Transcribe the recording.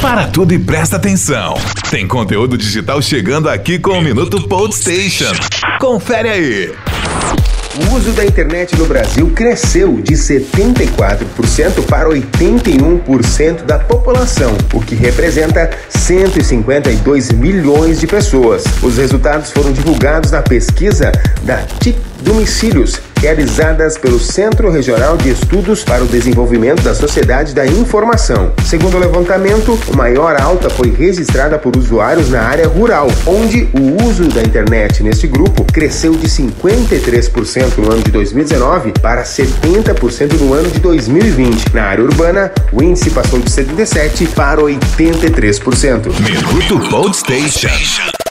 Para tudo e presta atenção. Tem conteúdo digital chegando aqui com o Minuto Podstation. Confere aí. O uso da internet no Brasil cresceu de 74% para 81% da população, o que representa 152 milhões de pessoas. Os resultados foram divulgados na pesquisa da TIC Domicílios, realizadas pelo Centro Regional de Estudos para o Desenvolvimento da Sociedade da Informação. Segundo o levantamento, a maior alta foi registrada por usuários na área rural, onde o uso da internet neste grupo cresceu de 53% no ano de 2019 para 70% no ano de 2020. Na área urbana, o índice passou de 77% para 83%. Minuto Podstation.